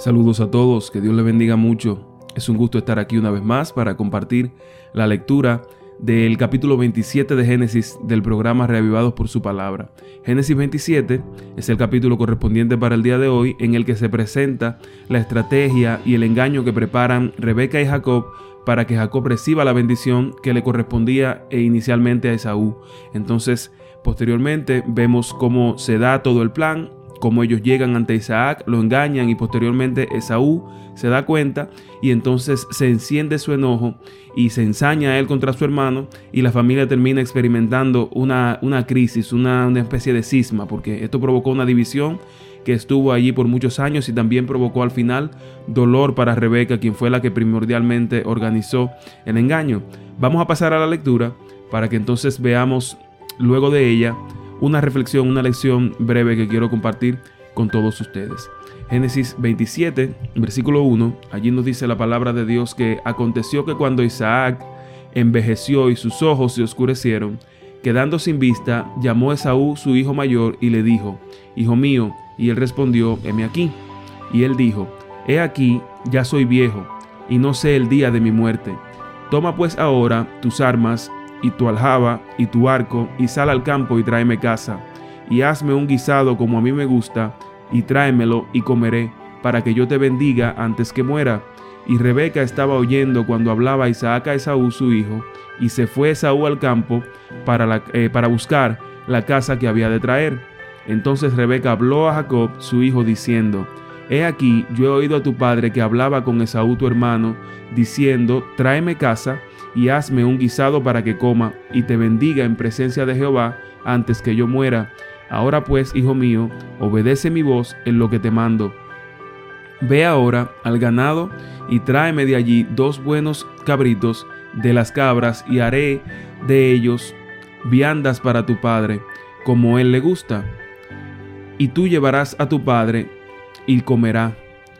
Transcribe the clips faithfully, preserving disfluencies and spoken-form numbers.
Saludos a todos, que Dios les bendiga mucho. Es un gusto estar aquí una vez más para compartir la lectura del capítulo veintisiete de Génesis del programa Reavivados por su Palabra. Génesis veintisiete es el capítulo correspondiente para el día de hoy, en el que se presenta la estrategia y el engaño que preparan Rebeca y Jacob para que Jacob reciba la bendición que le correspondía e inicialmente a Esaú. Entonces, posteriormente vemos cómo se da todo el plan, cómo ellos llegan ante Isaac, lo engañan y posteriormente Esaú se da cuenta y entonces se enciende su enojo y se ensaña a él contra su hermano, y la familia termina experimentando una, una crisis, una, una especie de cisma, porque esto provocó una división que estuvo allí por muchos años y también provocó al final dolor para Rebeca, quien fue la que primordialmente organizó el engaño. Vamos a pasar a la lectura para que entonces veamos luego de ella una reflexión, una lección breve que quiero compartir con todos ustedes. Génesis veintisiete, versículo uno, allí nos dice la palabra de Dios que aconteció que cuando Isaac envejeció y sus ojos se oscurecieron, quedando sin vista, llamó Esaú su hijo mayor y le dijo: Hijo mío. Y él respondió: heme aquí. Y él dijo: He aquí, ya soy viejo, y no sé el día de mi muerte. Toma pues ahora tus armas, y tu aljaba, y tu arco, y sal al campo y tráeme caza, y hazme un guisado como a mí me gusta, y tráemelo y comeré, para que yo te bendiga antes que muera. Y Rebeca estaba oyendo cuando hablaba Isaac a Esaú su hijo, y se fue Esaú al campo para, la, eh, para buscar la caza que había de traer. Entonces Rebeca habló a Jacob su hijo diciendo: He aquí, yo he oído a tu padre que hablaba con Esaú tu hermano, diciendo: Tráeme caza y hazme un guisado para que coma, y te bendiga en presencia de Jehová antes que yo muera. Ahora pues, hijo mío, obedece mi voz en lo que te mando. Ve ahora al ganado y tráeme de allí dos buenos cabritos de las cabras, y haré de ellos viandas para tu padre, como él le gusta. Y tú llevarás a tu padre y comerá,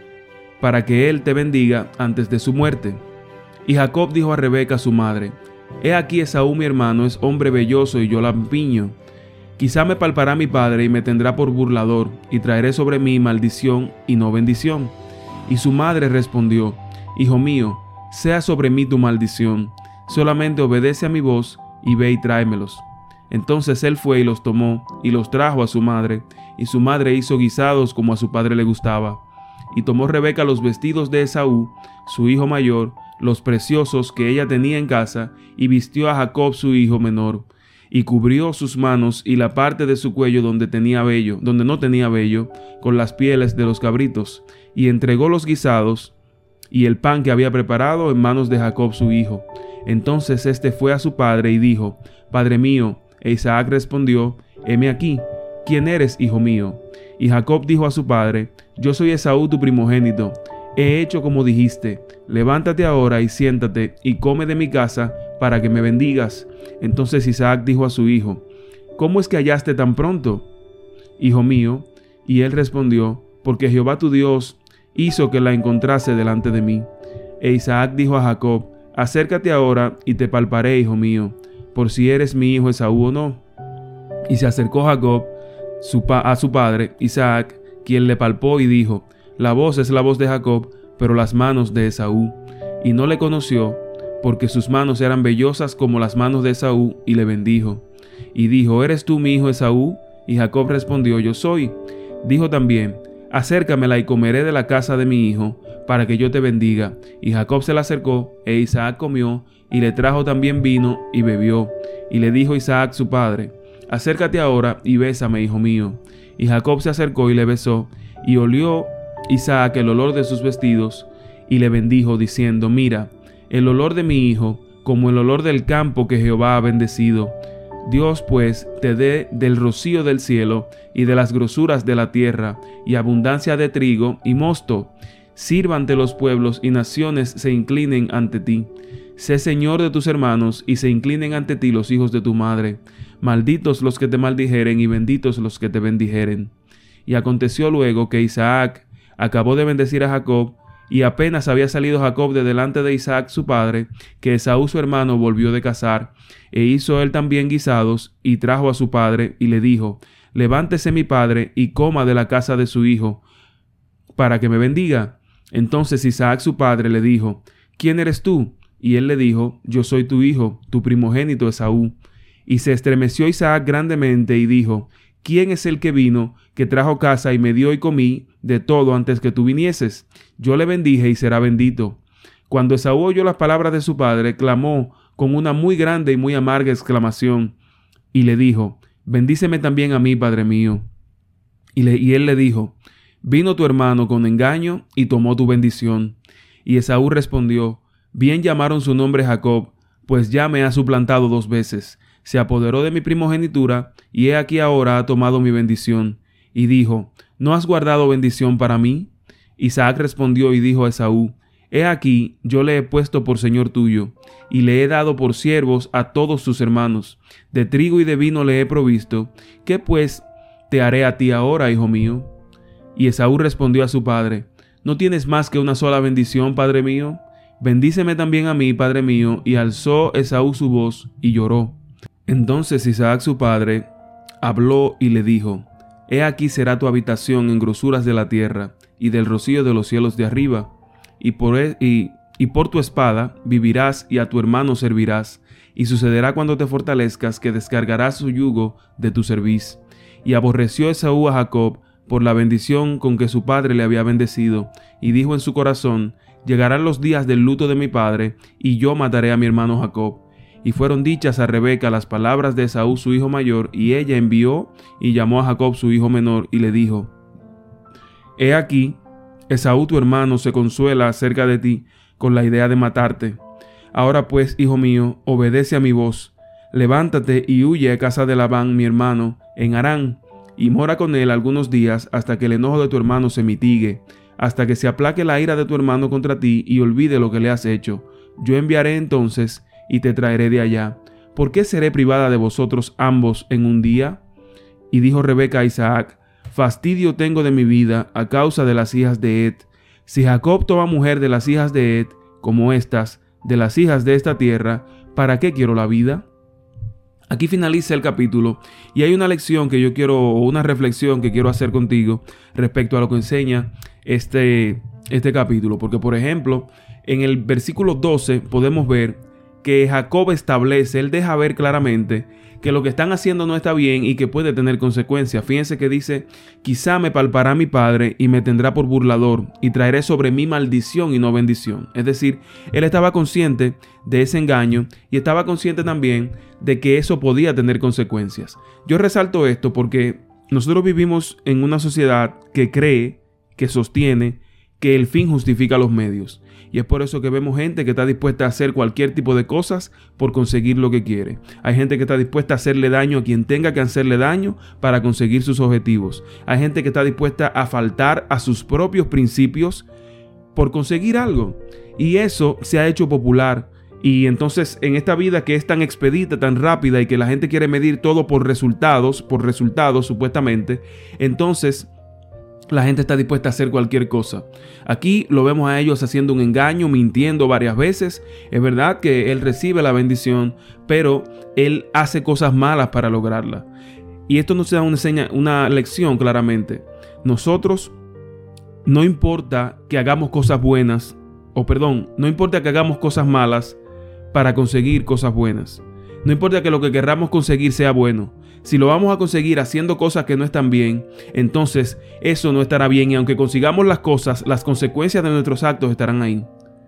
para que él te bendiga antes de su muerte. Y Jacob dijo a Rebeca su madre: He aquí, Esaú mi hermano es hombre velloso y yo lampiño. Quizá me palpará mi padre y me tendrá por burlador, y traeré sobre mí maldición y no bendición. Y su madre respondió: Hijo mío, sea sobre mí tu maldición, solamente obedece a mi voz y ve y tráemelos. Entonces él fue y los tomó y los trajo a su madre, y su madre hizo guisados como a su padre le gustaba. Y tomó Rebeca los vestidos de Esaú, su hijo mayor, los preciosos que ella tenía en casa, y vistió a Jacob su hijo menor, y cubrió sus manos y la parte de su cuello donde tenía vello, donde no tenía vello, con las pieles de los cabritos, y entregó los guisados y el pan que había preparado en manos de Jacob su hijo. Entonces éste fue a su padre y dijo: Padre mío. E Isaac respondió: Heme aquí, ¿quién eres, hijo mío? Y Jacob dijo a su padre: Yo soy Esaú tu primogénito. He hecho como dijiste. Levántate ahora y siéntate y come de mi casa para que me bendigas. Entonces Isaac dijo a su hijo: ¿Cómo es que hallaste tan pronto, hijo mío? Y él respondió: Porque Jehová tu Dios hizo que la encontrase delante de mí. E Isaac dijo a Jacob: Acércate ahora y te palparé, hijo mío, por si eres mi hijo Esaú o no. Y se acercó Jacob su pa- a su padre Isaac, quien le palpó y dijo: La voz es la voz de Jacob, pero las manos de Esaú. Y no le conoció, porque sus manos eran vellosas como las manos de Esaú, y le bendijo. Y dijo: ¿Eres tú mi hijo Esaú? Y Jacob respondió: Yo soy. Dijo también: Acércamela y comeré de la casa de mi hijo, para que yo te bendiga. Y Jacob se la acercó, e Isaac comió, y le trajo también vino, y bebió. Y le dijo Isaac su padre: Acércate ahora y bésame, hijo mío. Y Jacob se acercó y le besó, y olió Isaac el olor de sus vestidos, y le bendijo, diciendo: Mira, el olor de mi hijo, como el olor del campo que Jehová ha bendecido. Dios pues te dé del rocío del cielo, y de las grosuras de la tierra, y abundancia de trigo y mosto. Sírvante los pueblos y naciones se inclinen ante ti. Sé señor de tus hermanos, y se inclinen ante ti los hijos de tu madre. Malditos los que te maldijeren, y benditos los que te bendijeren. Y aconteció luego que Isaac acabó de bendecir a Jacob, y apenas había salido Jacob de delante de Isaac su padre, que Esaú su hermano volvió de cazar, e hizo él también guisados, y trajo a su padre, y le dijo: Levántese mi padre, y coma de la casa de su hijo, para que me bendiga. Entonces Isaac su padre le dijo: ¿Quién eres tú? Y él le dijo: Yo soy tu hijo, tu primogénito Esaú. Y se estremeció Isaac grandemente y dijo: ¿Quién es el que vino, que trajo caza y me dio y comí de todo antes que tú vinieses? Yo le bendije y será bendito. Cuando Esaú oyó las palabras de su padre, clamó con una muy grande y muy amarga exclamación, y le dijo: Bendíceme también a mí, padre mío. Y, le, y él le dijo: Vino tu hermano con engaño y tomó tu bendición. Y Esaú respondió: Bien llamaron su nombre Jacob, pues ya me ha suplantado dos veces. Se apoderó de mi primogenitura, y he aquí ahora ha tomado mi bendición. Y dijo: ¿No has guardado bendición para mí? Isaac respondió y dijo a Esaú: He aquí, yo le he puesto por señor tuyo, y le he dado por siervos a todos sus hermanos. De trigo y de vino le he provisto. ¿Qué pues te haré a ti ahora, hijo mío? Y Esaú respondió a su padre: ¿No tienes más que una sola bendición, padre mío? Bendíceme también a mí, padre mío. Y alzó Esaú su voz y lloró. Entonces Isaac su padre habló y le dijo: He aquí será tu habitación en grosuras de la tierra y del rocío de los cielos de arriba, y por, e y, y por tu espada vivirás y a tu hermano servirás, y sucederá cuando te fortalezcas que descargarás su yugo de tu cerviz. Y aborreció Esaú a Jacob por la bendición con que su padre le había bendecido, y dijo en su corazón: Llegarán los días del luto de mi padre, y yo mataré a mi hermano Jacob. Y fueron dichas a Rebeca las palabras de Esaú su hijo mayor, y ella envió y llamó a Jacob su hijo menor, y le dijo: He aquí, Esaú tu hermano se consuela acerca de ti con la idea de matarte. Ahora pues, hijo mío, obedece a mi voz. Levántate y huye a casa de Labán mi hermano, en Harán, y mora con él algunos días hasta que el enojo de tu hermano se mitigue, hasta que se aplaque la ira de tu hermano contra ti y olvide lo que le has hecho. Yo enviaré entonces y te traeré de allá. ¿Por qué seré privada de vosotros ambos en un día? Y dijo Rebeca a Isaac: Fastidio tengo de mi vida a causa de las hijas de Het. Si Jacob toma mujer de las hijas de Het, como estas, de las hijas de esta tierra, ¿para qué quiero la vida? Aquí finaliza el capítulo y hay una lección que yo quiero, o una reflexión que quiero hacer contigo respecto a lo que enseña este, este capítulo. Porque, por ejemplo, en el versículo doce podemos ver que Jacob establece, él deja ver claramente que lo que están haciendo no está bien y que puede tener consecuencias. Fíjense que dice: quizá me palpará mi padre y me tendrá por burlador, y traeré sobre mí maldición y no bendición. Es decir, él estaba consciente de ese engaño y estaba consciente también de que eso podía tener consecuencias. Yo resalto esto porque nosotros vivimos en una sociedad que cree, que sostiene que el fin justifica los medios. Y es por eso que vemos gente que está dispuesta a hacer cualquier tipo de cosas por conseguir lo que quiere. Hay gente que está dispuesta a hacerle daño a quien tenga que hacerle daño para conseguir sus objetivos. Hay gente que está dispuesta a faltar a sus propios principios por conseguir algo. Y eso se ha hecho popular. Y entonces en esta vida que es tan expedita, tan rápida y que la gente quiere medir todo por resultados, por resultados supuestamente, entonces la gente está dispuesta a hacer cualquier cosa. Aquí lo vemos a ellos haciendo un engaño, mintiendo varias veces. Es verdad que él recibe la bendición, pero él hace cosas malas para lograrla. Y esto nos da una, enseña, una lección claramente. Nosotros, no importa que hagamos cosas buenas, o perdón, no importa que hagamos cosas malas para conseguir cosas buenas. No importa que lo que querramos conseguir sea bueno. Si lo vamos a conseguir haciendo cosas que no están bien, entonces eso no estará bien, y aunque consigamos las cosas, las consecuencias de nuestros actos estarán ahí.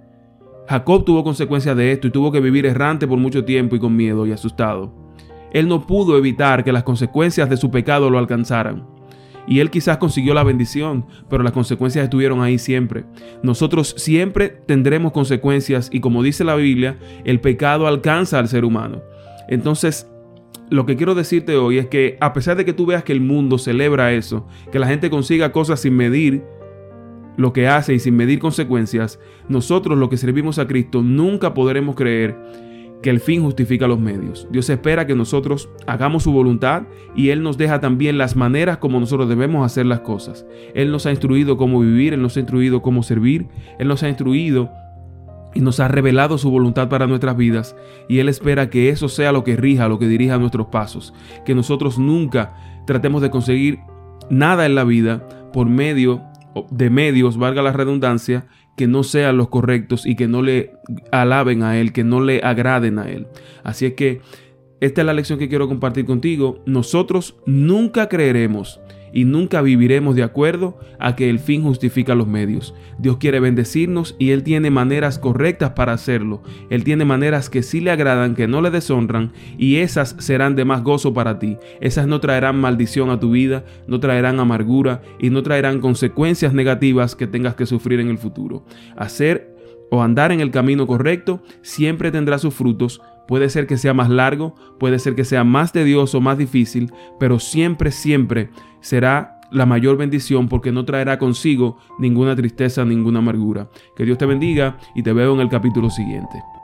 Jacob tuvo consecuencias de esto y tuvo que vivir errante por mucho tiempo y con miedo y asustado. Él no pudo evitar que las consecuencias de su pecado lo alcanzaran. Y él quizás consiguió la bendición, pero las consecuencias estuvieron ahí siempre. Nosotros siempre tendremos consecuencias, y como dice la Biblia, el pecado alcanza al ser humano. Entonces, lo que quiero decirte hoy es que a pesar de que tú veas que el mundo celebra eso, que la gente consiga cosas sin medir lo que hace y sin medir consecuencias, nosotros los que servimos a Cristo nunca podremos creer que el fin justifica los medios. Dios espera que nosotros hagamos su voluntad, y Él nos deja también las maneras como nosotros debemos hacer las cosas. Él nos ha instruido cómo vivir, Él nos ha instruido cómo servir, Él nos ha instruido y nos ha revelado su voluntad para nuestras vidas, y Él espera que eso sea lo que rija, lo que dirija nuestros pasos. Que nosotros nunca tratemos de conseguir nada en la vida por medio de medios, valga la redundancia, que no sean los correctos y que no le alaben a Él, que no le agraden a Él. Así es que esta es la lección que quiero compartir contigo. Nosotros nunca creeremos y nunca viviremos de acuerdo a que el fin justifica los medios. Dios quiere bendecirnos y Él tiene maneras correctas para hacerlo. Él tiene maneras que sí le agradan, que no le deshonran, y esas serán de más gozo para ti. Esas no traerán maldición a tu vida, no traerán amargura y no traerán consecuencias negativas que tengas que sufrir en el futuro. Hacer o andar en el camino correcto siempre tendrá sus frutos. Puede ser que sea más largo, puede ser que sea más tedioso, más difícil, pero siempre, siempre será la mayor bendición porque no traerá consigo ninguna tristeza, ninguna amargura. Que Dios te bendiga y te veo en el capítulo siguiente.